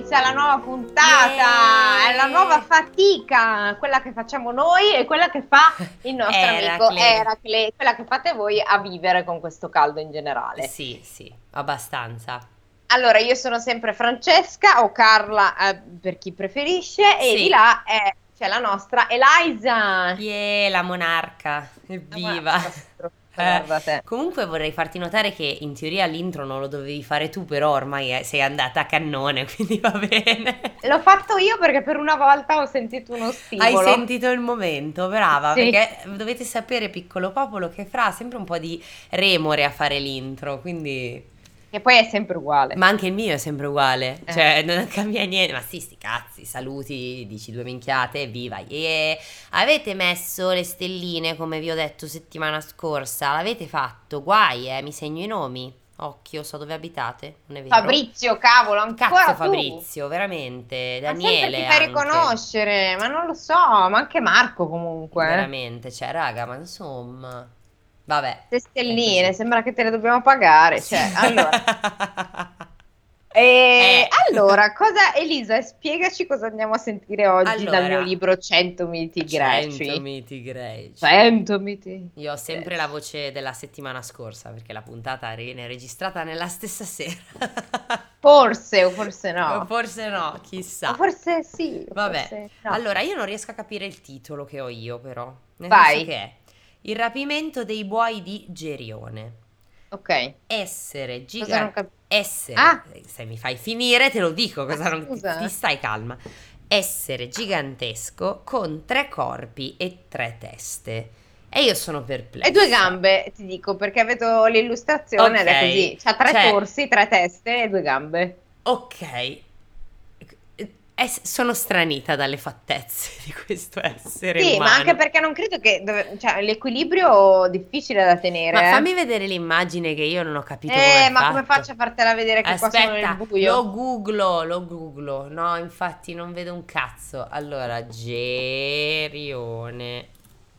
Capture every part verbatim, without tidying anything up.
inizia la nuova puntata, Yeah. è la nuova fatica, quella che facciamo noi e quella che fa il nostro amico Eracle. Eracle, quella che fate voi a vivere con questo caldo in generale. Sì, sì, abbastanza. Allora, io sono sempre Francesca o Carla, eh, per chi preferisce, e Sì. di là è- c'è la nostra Eliza. Yeah, la monarca, evviva. Eh, guarda te. Comunque vorrei farti notare che in teoria l'intro non lo dovevi fare tu, però ormai eh, sei andata a cannone, quindi va bene. L'ho fatto io perché per una volta ho sentito uno Hai stimolo. sentito il momento, brava, Sì. perché dovete sapere, piccolo popolo, che Fra ha sempre un po' di remore a fare l'intro, quindi... Che poi è sempre uguale. Ma anche il mio è sempre uguale, Eh. cioè non cambia niente, ma sì, sti cazzi, saluti, dici due minchiate e viva. Yeah. Avete messo le stelline come vi ho detto settimana scorsa? L'avete fatto? Guai, eh, mi segno i nomi. Occhio, so dove abitate, non è vero? Fabrizio, cavolo, ancora Cazzo tu. Fabrizio, veramente, Ma sempre Daniele ti fai anche. riconoscere, ma non lo so, ma anche Marco comunque. eh. Veramente, cioè raga, ma insomma... Vabbè. Le è stelline, così. sembra che te le dobbiamo pagare, Sì. cioè, allora. E Eh. allora, cosa, Elisa, spiegaci cosa andiamo a sentire oggi dal Allora, mio libro cento miti greci. cento miti greci. cento miti. Io ho sempre la voce della settimana scorsa perché la puntata viene registrata nella stessa sera. Forse o forse O no. forse no, chissà. O forse sì. o Vabbè, forse no. allora io non riesco a capire il titolo che ho io però. Nel Vai. senso che è Il rapimento dei buoi di Gerione. Ok. Essere Cosa non gigante. cap- Essere. Ah. Se mi fai finire te lo dico. Cosa Ah, non... ti, scusa. ti stai calma. Essere gigantesco con tre corpi e tre teste. E io sono perplessa. E due gambe, ti dico, perché vedo l'illustrazione ed è Ok. così. C'ha tre Cioè- torsi, tre teste e due gambe. Ok. Eh, sono stranita dalle fattezze di questo essere Sì, umano. ma anche perché non credo che... dove- cioè, l'equilibrio difficile da tenere. Ma eh. fammi vedere l'immagine che io non ho capito Eh, come è ma come fatto. faccio a fartela vedere che qua sono nel Aspetta, buio? lo googlo, lo googlo. No, infatti non vedo un cazzo. Allora, Gerione.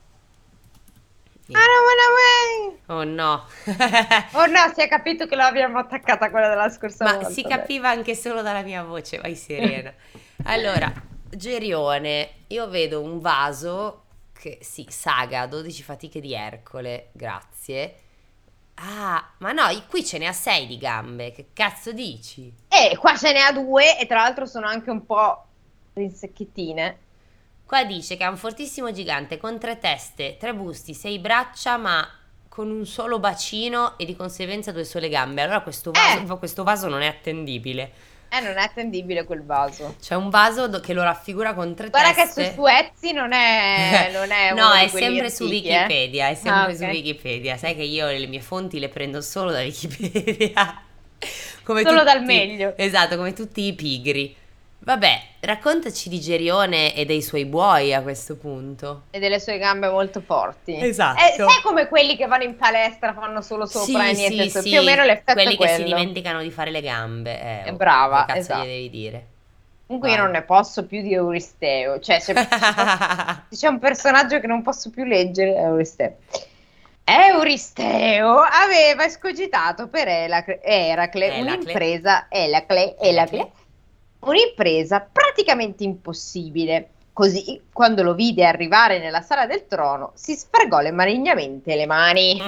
I don't wanna wait. Oh no. Oh no, si è capito che l'abbiamo attaccata quella della scorsa Ma volta. si dai. capiva anche solo dalla mia voce, vai serena. Allora, Gerione, io vedo un vaso che sì, saga, dodici fatiche di Ercole, grazie. Ah, ma no, qui ce ne ha sei di gambe, che cazzo dici? Eh, qua ce n'è a due e tra l'altro sono anche un po' rinsecchettine. Qua dice che è un fortissimo gigante con tre teste, tre busti, sei braccia, ma con un solo bacino e di conseguenza due sole gambe. Allora questo vaso, questo vaso non è attendibile. Eh, non è attendibile quel vaso. C'è un vaso do- che lo raffigura con tre Guarda teste. che su, su Etsy non è, non è No, uno di è quelli sempre su antichi, eh. Wikipedia, è sempre Ah, su ok. Wikipedia. Sai che io le mie fonti le prendo solo da Wikipedia. Come Solo dal tutti- meglio. Esatto, come tutti i pigri. Vabbè, raccontaci di Gerione e dei suoi buoi a questo punto. E delle sue gambe molto forti. Esatto. Eh, sai come quelli che vanno in palestra fanno solo sopra e niente sì, sotto? sì, Più o meno l'effetto quelli è che si quello. dimenticano di fare le gambe. Eh, È oh, brava, che cazzo esatto. gli devi dire? Comunque Vai. io non ne posso più di Euristeo. Cioè, se se c'è un personaggio che non posso più leggere, è Euristeo. Euristeo aveva escogitato per Eracle, Eracle Eracle. un'impresa, Eracle, Eracle, un'impresa praticamente impossibile. Così, quando lo vide arrivare nella sala del trono, si sfregò le malignamente le mani.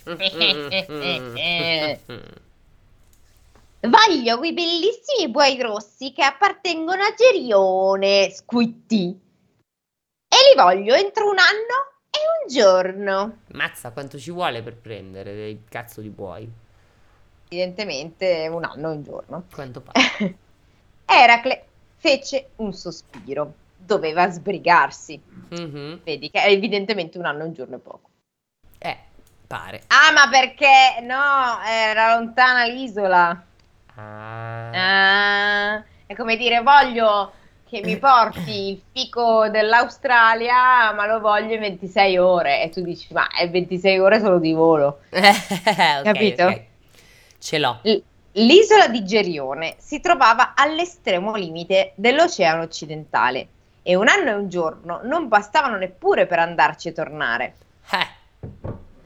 Voglio quei bellissimi buoi grossi che appartengono a Gerione, squittì. E li voglio entro un anno e un giorno. Mazza, quanto ci vuole per prendere dei cazzo di buoi? Evidentemente un anno e un giorno. Quanto pare? Eracle fece un sospiro. Doveva sbrigarsi. Mhm. Vedi che evidentemente un anno e un giorno è poco. Eh, pare. Ah, ma perché? No, era lontana l'isola. Ah. Ah, è come dire, voglio che mi porti il fico dell'Australia, ma lo voglio in ventisei ore. E tu dici, ma è ventisei ore solo di volo. Ok, Capito? ok. Ce l'ho. L- L'isola di Gerione si trovava all'estremo limite dell'Oceano occidentale e un anno e un giorno non bastavano neppure per andarci e tornare. Eh.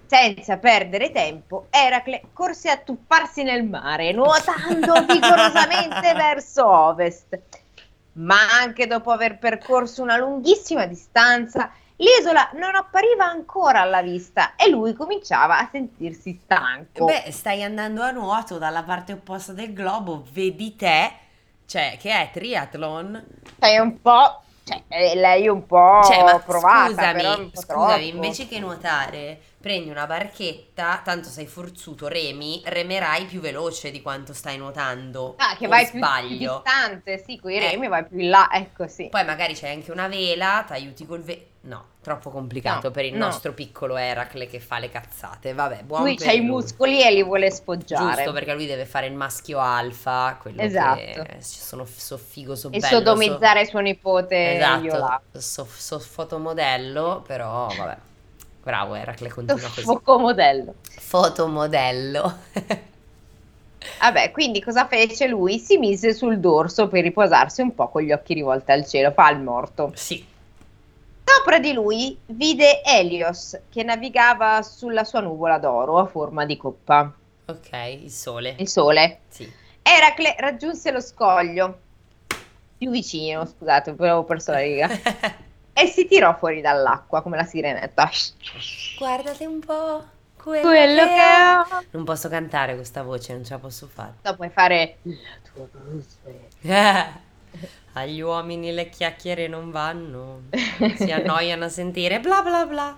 Senza perdere tempo, Eracle corse a tuffarsi nel mare, nuotando vigorosamente verso ovest. Ma anche dopo aver percorso una lunghissima distanza, l'isola non appariva ancora alla vista e lui cominciava a sentirsi stanco. Beh, stai andando a nuoto dalla parte opposta del globo, vedi te, cioè che è triathlon. Sei un po', cioè eh, lei un po' Cioè, ma provata, però un scusami, po' scusami, troppo. invece che nuotare, prendi una barchetta, tanto sei forzuto, remi, remerai più veloce di quanto stai nuotando. Ah, che O vai più, più sbaglio. distante, sì, con i Eh. remi vai più in là, ecco sì. Poi magari c'è anche una vela, ti aiuti col ve... No, troppo complicato No, per il no. nostro piccolo Eracle che fa le cazzate. Vabbè, buon Lui per c'ha i lui. muscoli e li vuole sfoggiare. Giusto, perché lui deve fare il maschio alfa, quello Esatto. che sono so figo, so E bello, sodomizzare suo nipote so... Esatto, Iolà. so, so fotomodello, però vabbè. Bravo Eracle, continua così. Soffoco modello. Fotomodello. Vabbè, quindi cosa fece lui? Si mise sul dorso per riposarsi un po' con gli occhi rivolti al cielo, fa il morto. Sì. Sopra di lui vide Helios che navigava sulla sua nuvola d'oro a forma di coppa. Ok, il sole. Il sole. Sì. Eracle raggiunse lo scoglio, più vicino, scusate, avevo perso la riga, e si tirò fuori dall'acqua come la sirenetta. Guardate un po' quello, Quello che che ho. ho. Non posso cantare questa voce, non ce la posso fare. No, puoi fare la tua voce. Agli uomini le chiacchiere non vanno, si annoiano a sentire bla bla bla.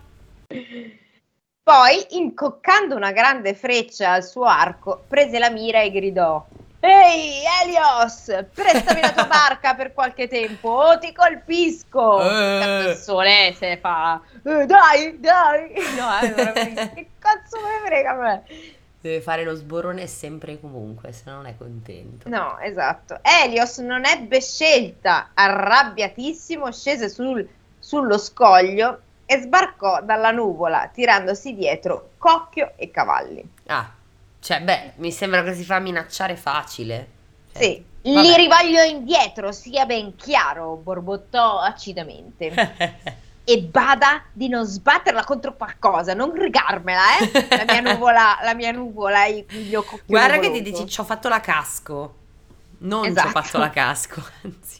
Poi, incoccando una grande freccia al suo arco, prese la mira e gridò: Ehi, Helios, prestami la tua barca per qualche tempo o ti colpisco. Eh. Tanto il sole se fa "Eh, dai, dai". No, eh, veramente, che cazzo me ne frega a me? Deve fare lo sborone sempre e comunque, se no non è contento. No, esatto. Helios non ebbe scelta, arrabbiatissimo, scese sul- sullo scoglio e sbarcò dalla nuvola, tirandosi dietro cocchio e cavalli. Ah, cioè, beh, mi sembra che si fa minacciare facile. Cioè, Sì, vabbè. li rivoglio indietro, sia ben chiaro, borbottò acidamente. E bada di non sbatterla contro qualcosa, non rigarmela, eh? La mia nuvola, la mia nuvola, il mio cocchio Guarda che ti nuvoloso. dici, ci ho fatto la casco. Non ci ho Esatto. fatto la casco, anzi.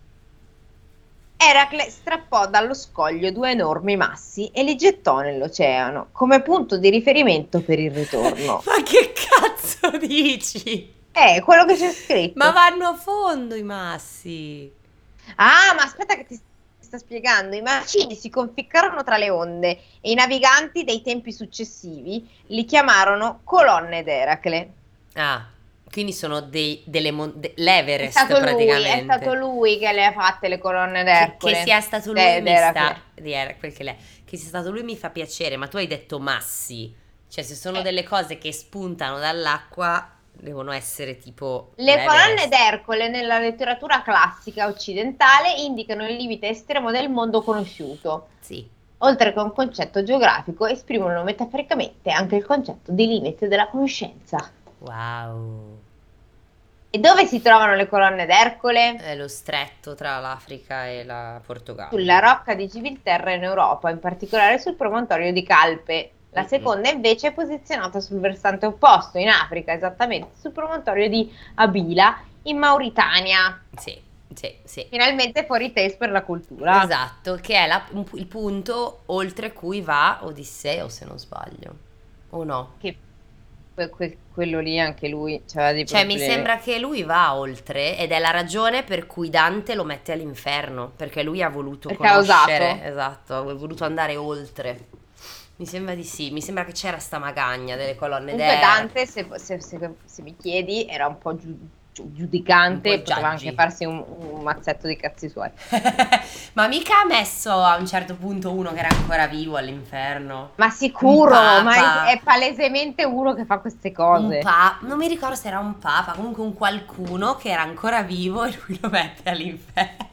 Eracle strappò dallo scoglio due enormi massi e li gettò nell'oceano, come punto di riferimento per il ritorno. Ma che cazzo dici? Eh, quello che c'è scritto. Ma vanno a fondo i massi. Ah, ma aspetta che ti sta spiegando. I macini si conficcarono tra le onde e i naviganti dei tempi successivi li chiamarono colonne d'Eracle. Ah, quindi sono dei, delle mon- de- È l'Everest stato lui, praticamente. è stato lui che le ha fatte le colonne Che, d'Ercole. che sia stato lui Eh, mi d'Eracle. sta di Eracle, che lei- che sia stato lui mi fa piacere, ma tu hai detto massi. Cioè, se sono Eh. delle cose che spuntano dall'acqua, devono essere tipo Le l'Everest. colonne d'Ercole nella letteratura classica occidentale indicano il limite estremo del mondo conosciuto. Sì. Oltre che un concetto geografico, esprimono metaforicamente anche il concetto di limite della conoscenza. Wow. E dove si trovano le colonne d'Ercole? È lo stretto tra l'Africa e la Portogallo. Sulla rocca di Gibilterra in Europa, in particolare sul promontorio di Calpe. La Mhm. seconda invece è posizionata sul versante opposto, in Africa, esattamente sul promontorio di Abila, in Mauritania. Sì, sì, sì. Finalmente fuori taste per la cultura. Esatto, che è la- un pu- il punto oltre cui va Odisseo, se non sbaglio. O no? Che que- que- quello lì anche lui c'aveva dei Cioè, mi problemi. sembra che lui va oltre ed è la ragione per cui Dante lo mette all'inferno, perché lui ha voluto Perché ha conoscere, osato. esatto, ha voluto andare oltre. Mi sembra di sì, mi sembra che c'era sta magagna delle colonne Comunque d'Era. Dante, se, se- se- se mi chiedi, era un po' giu- giu- giudicante, Un po' poteva judgy. anche farsi un, un mazzetto di cazzi suoi. Ma mica ha messo a un certo punto uno che era ancora vivo all'inferno. Ma sicuro, Un papa. ma è, è palesemente uno che fa queste cose. Un papa, non mi ricordo se era un papa, comunque un qualcuno che era ancora vivo e lui lo mette all'inferno.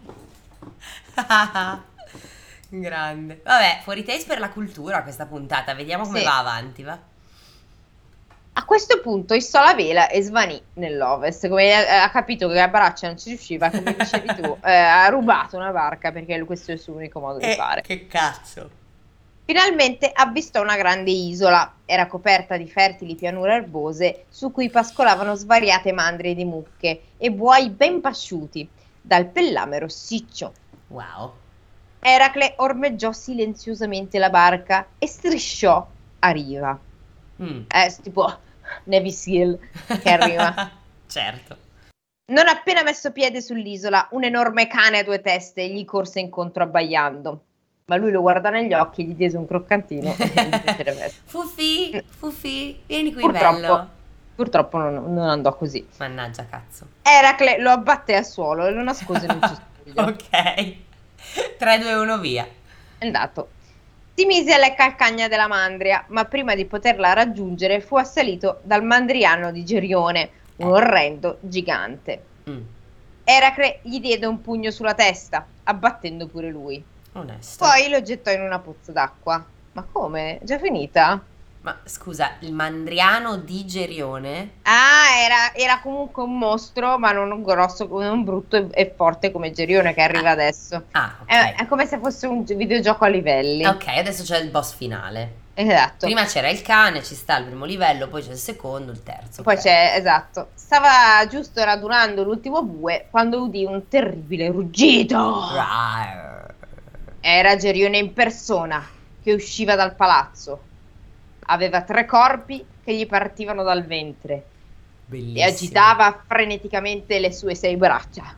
Grande. Vabbè, fuori taste per la cultura questa puntata, vediamo come Sì. va avanti, va. A questo punto issò la vela e svanì nell'ovest. Come ha, ha capito che a braccia non ci riusciva, come dicevi tu, eh, ha rubato una barca perché questo è il suo unico modo di fare. Che cazzo. Finalmente avvistò una grande isola, era coperta di fertili pianure erbose su cui pascolavano svariate mandrie di mucche e buoi ben pasciuti, dal pellame rossiccio. Wow. Eracle ormeggiò silenziosamente la barca e strisciò a riva. Mm. Eh, tipo Navy Seal che arriva. Certo. Non appena messo piede sull'isola, un enorme cane a due teste gli corse incontro abbaiando. Ma lui lo guardò negli occhi, gli diede un croccantino e gli fece le vesti. Fufi, Fufi, vieni qui, Purtroppo, bello. purtroppo non, non andò così. Mannaggia cazzo. Eracle lo abbatté al suolo e lo nascose in un cespuglio. Ok. tre, due, uno, via. È andato. Si mise alle calcagna della mandria, ma prima di poterla raggiungere fu assalito dal mandriano di Gerione, un orrendo gigante. Mm. Eracle gli diede un pugno sulla testa, abbattendo pure lui. Onesto. Poi lo gettò in una pozza d'acqua. Ma come? Già finita? Ma scusa, il mandriano di Gerione? Ah, era, era comunque un mostro, ma non grosso, non brutto e, e forte come Gerione che arriva Ah. adesso. Ah, ok. È, è come se fosse un gi- videogioco a livelli. Ok, adesso c'è il boss finale. Esatto. Prima c'era il cane, ci sta il primo livello, poi c'è il secondo, il terzo. Poi ok. c'è, esatto. Stava giusto radunando l'ultimo bue quando udì un terribile ruggito. Rar. Era Gerione in persona che usciva dal palazzo. Aveva tre corpi che gli partivano dal ventre Bellissimo. e agitava freneticamente le sue sei braccia.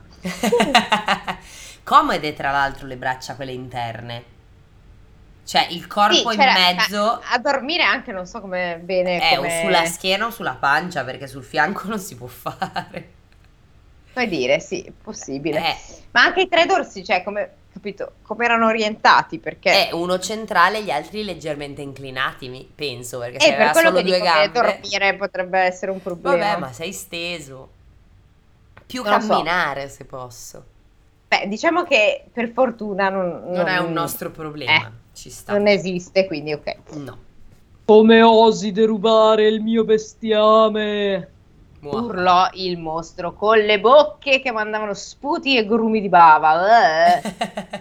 Comode tra l'altro le braccia quelle interne. Cioè il corpo Sì, in c'era- mezzo a, a dormire anche non so come bene è o come sulla schiena o sulla pancia, perché sul fianco non si può fare. puoi dire, sì, è possibile. Eh. Ma anche i tre dorsi, cioè come capito, come erano orientati, perché È uno centrale e gli altri leggermente inclinati, mi penso, perché Eh, se per aveva quello solo che due dico che gambe. dormire potrebbe essere un problema. Vabbè, ma sei steso. Più Non lo so. camminare se posso. Beh, diciamo che per fortuna non, Non è un nostro problema. eh, Ci sta. non esiste, quindi ok. No. Come osi derubare il mio bestiame? Mua. Urlò il mostro con le bocche che mandavano sputi e grumi di bava. eh.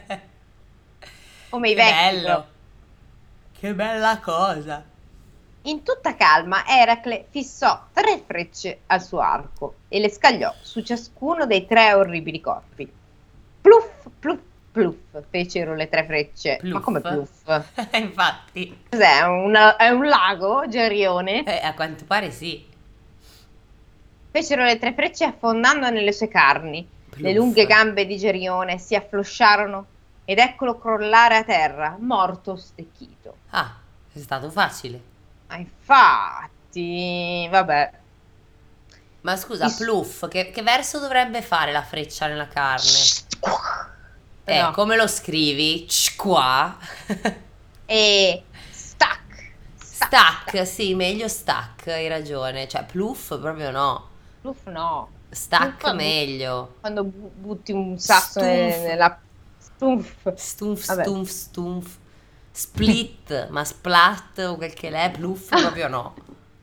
Come i Che vecchi. bello. proprio. Che bella cosa. In tutta calma, Eracle fissò tre frecce al suo arco e le scagliò su ciascuno dei tre orribili corpi. Pluff, pluff, pluff, fecero le tre frecce. Ma Pluff. come pluff? Infatti. Cos'è? Una- è un lago, Gerione? Eh, a quanto pare sì. Fecero le tre frecce affondando nelle sue carni. Pluff. Le lunghe gambe di Gerione si afflosciarono ed eccolo crollare a terra, morto stecchito. Ah, è stato facile. Ma infatti, vabbè. Ma scusa, Is- Pluff, che, che verso dovrebbe fare la freccia nella carne? Eh, No. come lo scrivi? Ch, qua. E stack. Stack, sì, meglio stack, hai ragione. Cioè, Pluff proprio no. Pluff no. Stack Pluff- meglio. Quando bu- butti un sasso Stunf. ne- nella... Stunf. Stunf, Vabbè. stunf, stunf. Split, ma splat o quel che l'è, Pluff proprio no.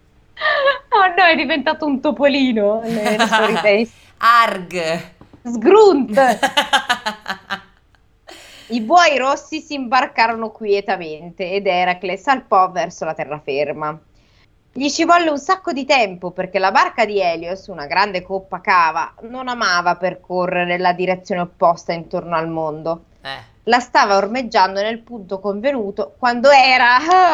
Oh no, è diventato un topolino nel storytelling. Arg. Sgrunt. I buoi rossi si imbarcarono quietamente ed Eracle salpò verso la terraferma. Gli ci volle un sacco di tempo perché la barca di Helios, una grande coppa cava, non amava percorrere nella direzione opposta intorno al mondo. Eh. La stava ormeggiando nel punto convenuto quando era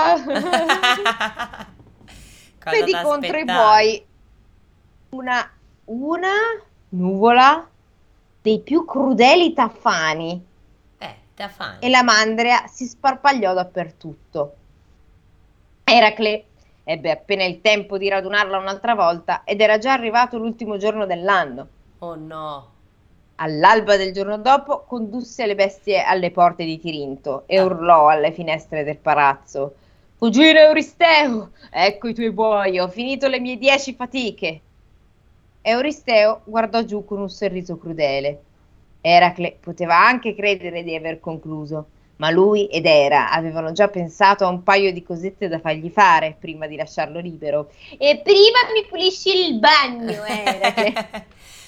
Cosa vedi contro i t'aspettavi? buoi una, una nuvola dei più crudeli tafani Eh, da fame. e la mandria si sparpagliò dappertutto. Eracle ebbe appena il tempo di radunarla un'altra volta ed era già arrivato l'ultimo giorno dell'anno. Oh no. All'alba del giorno dopo condusse le bestie alle porte di Tirinto e Ah. urlò alle finestre del palazzo: Cugino Euristeo, ecco i tuoi buoi, ho finito le mie dieci fatiche. Euristeo guardò giù con un sorriso crudele. Eracle poteva anche credere di aver concluso, ma lui ed Era avevano già pensato a un paio di cosette da fargli fare prima di lasciarlo libero. E prima mi pulisci il bagno, Eracle.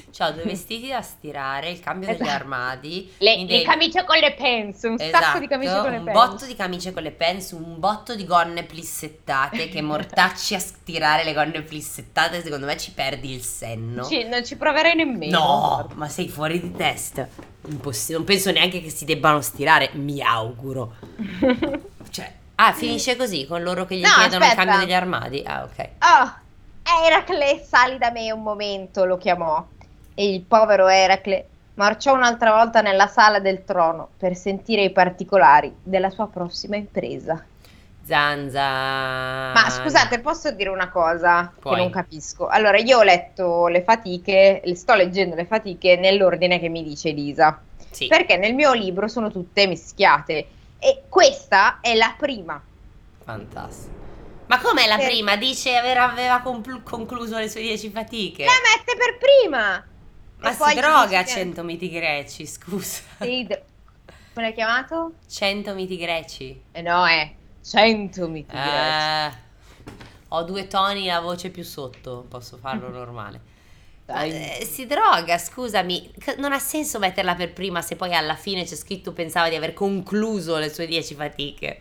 C'ho due vestiti da stirare, il cambio degli Esatto. armadi, Le, mi le devi- camicie con le pens, un sacco di camicie Esatto, con le un pens. botto di camicie con le pens, un botto di gonne plissettate, che mortacci a stirare le gonne plissettate, secondo me ci perdi il senno. Ci- non ci proverei nemmeno. No, ma sei fuori di testa. Impossibile, non penso neanche che si debbano stirare, mi auguro. Cioè, ah, finisce così con loro che gli No, chiedono il aspetta. cambio degli armadi. Ah, ok. Oh, Eracle, sali da me un momento, lo chiamò. E il povero Eracle marciò un'altra volta nella sala del trono per sentire i particolari della sua prossima impresa. Zanzana. Ma scusate, posso dire una cosa Puoi. che non capisco? Allora, io ho letto le fatiche, le sto leggendo le fatiche nell'ordine che mi dice Elisa, Sì. perché nel mio libro sono tutte mischiate e questa è la prima. Fantastico. Ma com'è la Per- prima? Dice aver, aveva conclu- concluso le sue dieci fatiche. La mette per prima! Ma E poi si gli droga dice a che- cento miti greci, scusa. Sì, d- come l'hai chiamato? cento miti greci. Eh no, è cento miti greci. Eh, ho due toni la voce più sotto, posso farlo normale. Dai. Eh, si droga, scusami, c- non ha senso metterla per prima se poi alla fine c'è scritto pensava di aver concluso le sue dieci fatiche.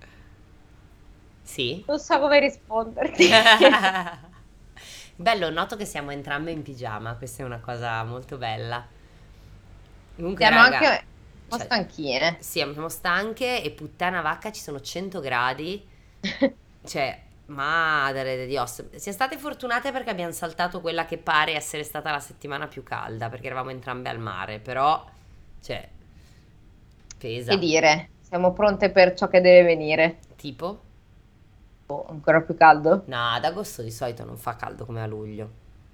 Sì? Non so come risponderti. Bello, noto che siamo entrambe in pigiama, questa è una cosa molto bella. Comunque, Siamo raga, anche un po' cioè, stanchine. sì, siamo stanche e puttana vacca ci sono cento gradi. Cioè, madre di Dios. Siamo state fortunate perché abbiamo saltato quella che pare essere stata la settimana più calda, perché eravamo entrambe al mare, però, cioè, pesa. Che dire, siamo pronte per ciò che deve venire. Tipo? Oh, ancora più caldo? No, ad agosto di solito non fa caldo come a luglio.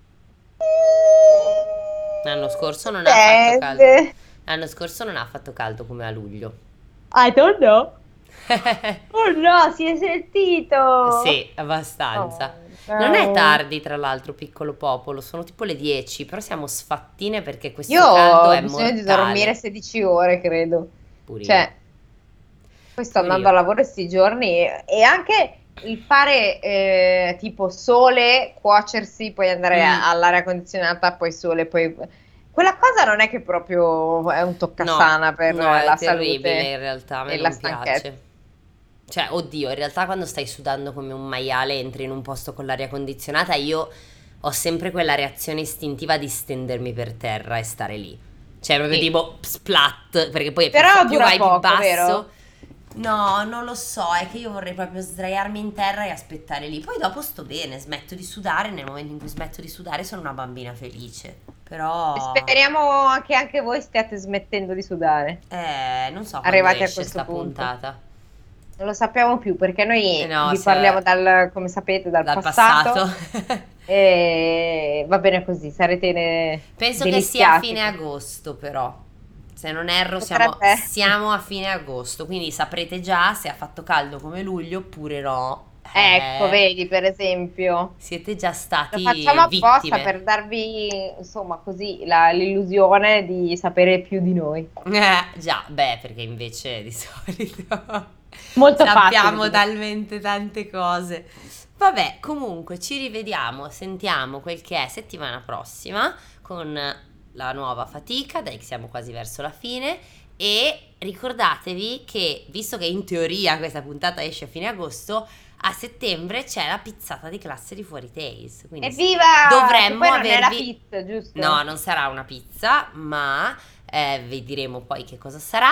L'anno scorso non ha fatto caldo. Dipende. L'anno scorso non ha fatto caldo come a luglio. I don't know. Oh no, si è sentito. Sì, abbastanza. Oh, Non è no. tardi, tra l'altro, piccolo popolo, sono tipo le dieci, però siamo sfattine perché questo Io caldo ho è bisogno di mortale. dormire sedici ore, credo. Pure io. Cioè, poi sto Pure andando io. a lavoro questi giorni e, e anche il fare eh, tipo sole, cuocersi, poi andare a- Mm. all'aria condizionata, poi sole, poi... Quella cosa non è che proprio è un toccasana No, per no, è la terribile salute in realtà, a me e non la stanchezza. piace. Cioè, oddio, in realtà quando stai sudando come un maiale entri in un posto con l'aria condizionata, io ho sempre quella reazione istintiva di stendermi per terra e stare lì. Cioè, proprio Sì. tipo splat, perché poi più, Però più dura vai più poco, basso. vero? No, non lo so, è che io vorrei proprio sdraiarmi in terra e aspettare lì. Poi dopo sto bene, smetto di sudare, nel momento in cui smetto di sudare sono una bambina felice. Però Speriamo che anche voi stiate smettendo di sudare. eh, non so quando Arrivati a esce questo sta punto. puntata. Non lo sappiamo più perché noi Eh no, vi se- parliamo dal, come sapete, dal, Dal passato, passato. e va bene così, sarete ne- Penso che sia a deliziati. fine agosto, però. Se non erro, siamo, Potrebbe. siamo a fine agosto. Quindi saprete già se ha fatto caldo come luglio oppure no. Eh, Ecco, vedi, per esempio. Siete già Lo stati facciamo apposta vittime. per darvi, insomma, così la- l'illusione di sapere più di noi. Eh, già, beh, perché invece di solito Molto sappiamo facile. talmente tante cose. Vabbè, comunque ci rivediamo, sentiamo quel che è settimana prossima con la nuova fatica, dai che siamo quasi verso la fine, e ricordatevi che, visto che in teoria questa puntata esce a fine agosto, a settembre c'è la pizzata di classe di Fuori Tales, quindi Evviva! dovremmo Che poi non è la avervi- pizza, giusto? No, non sarà una pizza, ma eh, vi diremo poi che cosa sarà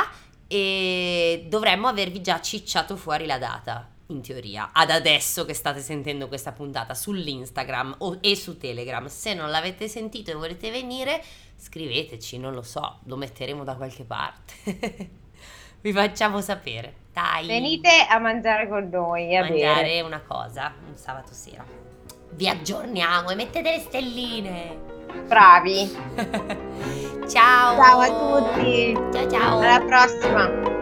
e dovremmo avervi già cicciato fuori la data, in teoria, ad adesso che state sentendo questa puntata sull'Instagram o- e su Telegram. Se non l'avete sentito e volete venire, scriveteci, non lo so, lo metteremo da qualche parte. Vi facciamo sapere. Dai, Venite a mangiare con noi, a mangiare bere. una cosa un sabato sera. Vi aggiorniamo e mettete le stelline. Bravi. Ciao. Ciao a tutti. Ciao ciao. Alla prossima.